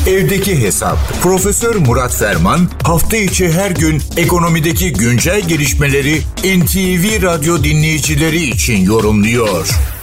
Evdeki Hesap. Profesör Murat Ferman hafta içi her gün ekonomideki güncel gelişmeleri NTV Radyo dinleyicileri için yorumluyor.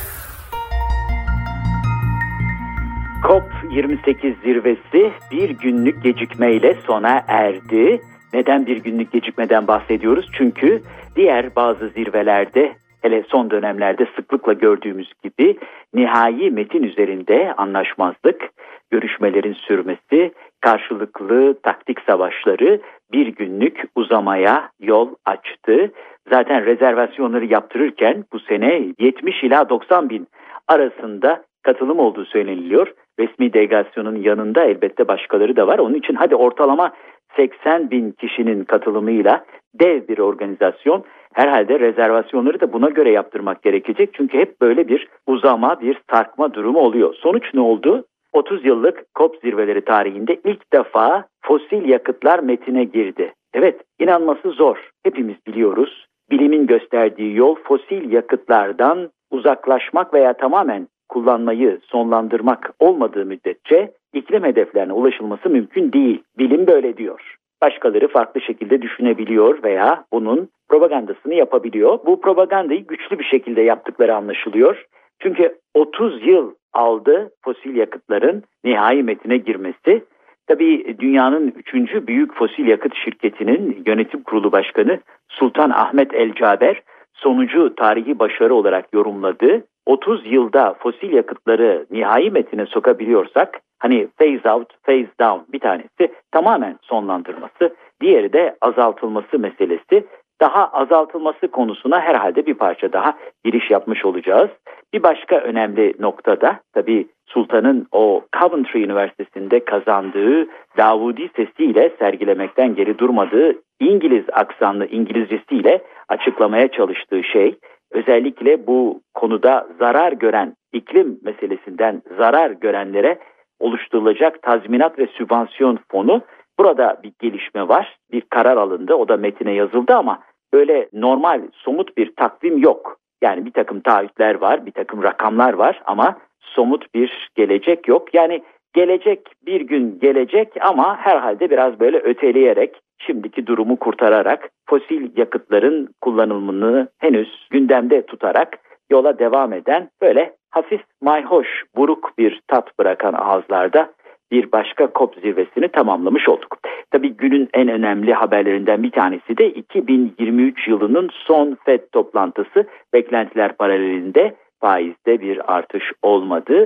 COP28 zirvesi bir günlük gecikmeyle sona erdi. Neden bir günlük gecikmeden bahsediyoruz? Çünkü diğer bazı zirvelerde, hele son dönemlerde sıklıkla gördüğümüz gibi nihai metin üzerinde anlaşmazlık, görüşmelerin sürmesi, karşılıklı taktik savaşları bir günlük uzamaya yol açtı. Zaten rezervasyonları yaptırırken bu sene 70 ila 90 bin arasında katılım olduğu söyleniliyor. Resmi delegasyonun yanında elbette başkaları da var. Onun için hadi ortalama 80 bin kişinin katılımıyla dev bir organizasyon. Herhalde rezervasyonları da buna göre yaptırmak gerekecek. Çünkü hep böyle bir uzama, bir sarkma durumu oluyor. Sonuç ne oldu? 30 yıllık COP zirveleri tarihinde ilk defa fosil yakıtlar metine girdi. Evet, inanması zor. Hepimiz biliyoruz. Bilimin gösterdiği yol fosil yakıtlardan uzaklaşmak veya tamamen kullanmayı sonlandırmak olmadığı müddetçe iklim hedeflerine ulaşılması mümkün değil. Bilim böyle diyor. Başkaları farklı şekilde düşünebiliyor veya bunun propagandasını yapabiliyor. Bu propagandayı güçlü bir şekilde yaptıkları anlaşılıyor. Çünkü 30 yıl aldı fosil yakıtların nihai metine girmesi. Tabii dünyanın 3. büyük fosil yakıt şirketinin yönetim kurulu başkanı Sultan Ahmet El Caber sonucu tarihi başarı olarak yorumladı. 30 yılda fosil yakıtları nihai metine sokabiliyorsak, hani phase out, phase down, bir tanesi tamamen sonlandırması, diğeri de azaltılması meselesi. Daha azaltılması konusuna herhalde bir parça daha giriş yapmış olacağız. Bir başka önemli noktada tabii Sultan'ın o Coventry Üniversitesi'nde kazandığı Davudi sesiyle sergilemekten geri durmadığı İngiliz aksanlı İngilizcesiyle açıklamaya çalıştığı şey, özellikle bu konuda zarar gören, iklim meselesinden zarar görenlere oluşturulacak tazminat ve sübvansiyon fonu. Burada bir gelişme var. Bir karar alındı. O da metine yazıldı ama böyle normal, somut bir takvim yok. Yani bir takım taahhütler var, bir takım rakamlar var ama somut bir gelecek yok. Yani gelecek bir gün gelecek ama herhalde biraz böyle öteleyerek, şimdiki durumu kurtararak, fosil yakıtların kullanımını henüz gündemde tutarak yola devam eden, böyle hafif mayhoş, buruk bir tat bırakan ağızlarda bir başka COP zirvesini tamamlamış olduk. Tabii günün en önemli haberlerinden bir tanesi de 2023 yılının son FED toplantısı. Beklentiler paralelinde faizde bir artış olmadı.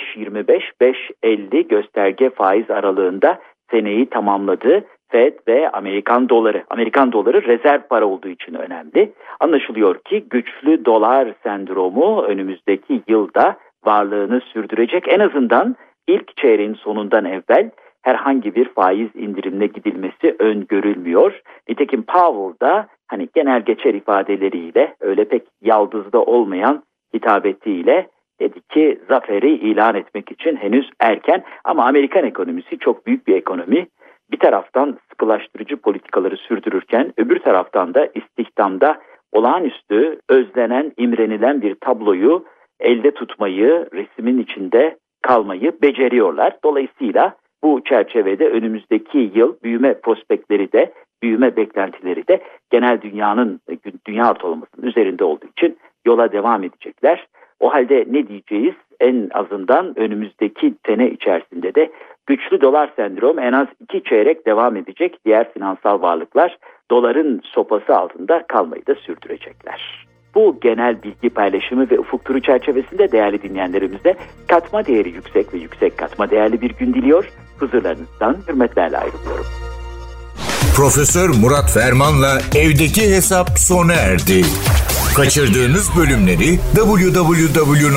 5.25-5.50 gösterge faiz aralığında seneyi tamamladı. FED ve Amerikan doları. Amerikan doları rezerv para olduğu için önemli. Anlaşılıyor ki güçlü dolar sendromu önümüzdeki yılda varlığını sürdürecek. En azından ilk çeyreğin sonundan evvel herhangi bir faiz indirimine gidilmesi öngörülmüyor. Nitekim Powell da hani genel geçer ifadeleriyle, öyle pek yaldızda olmayan hitabetiyle dedi ki zaferi ilan etmek için henüz erken, ama Amerikan ekonomisi çok büyük bir ekonomi. Bir taraftan sıkılaştırıcı politikaları sürdürürken öbür taraftan da istihdamda olağanüstü, özlenen, imrenilen bir tabloyu elde tutmayı, resmin içinde kalmayı beceriyorlar. Dolayısıyla bu çerçevede önümüzdeki yıl büyüme prospektleri de, büyüme beklentileri de genel dünya ortalamasının üzerinde olduğu için yola devam edecekler. O halde ne diyeceğiz? En azından önümüzdeki sene içerisinde de güçlü dolar sendromu en az 2 çeyrek devam edecek. Diğer finansal varlıklar doların sopası altında kalmayı da sürdürecekler. Bu genel bilgi paylaşımı ve ufuk turu çerçevesinde değerli dinleyenlerimize katma değeri yüksek ve yüksek katma değerli bir gün diliyor. Huzurlarınızdan hürmetlerle ayrılıyorum. Profesör Murat Ferman'la Evdeki Hesap sona erdi. Kaçırdığınız bölümleri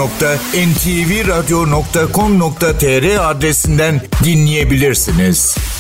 www.ntvradio.com.tr adresinden dinleyebilirsiniz.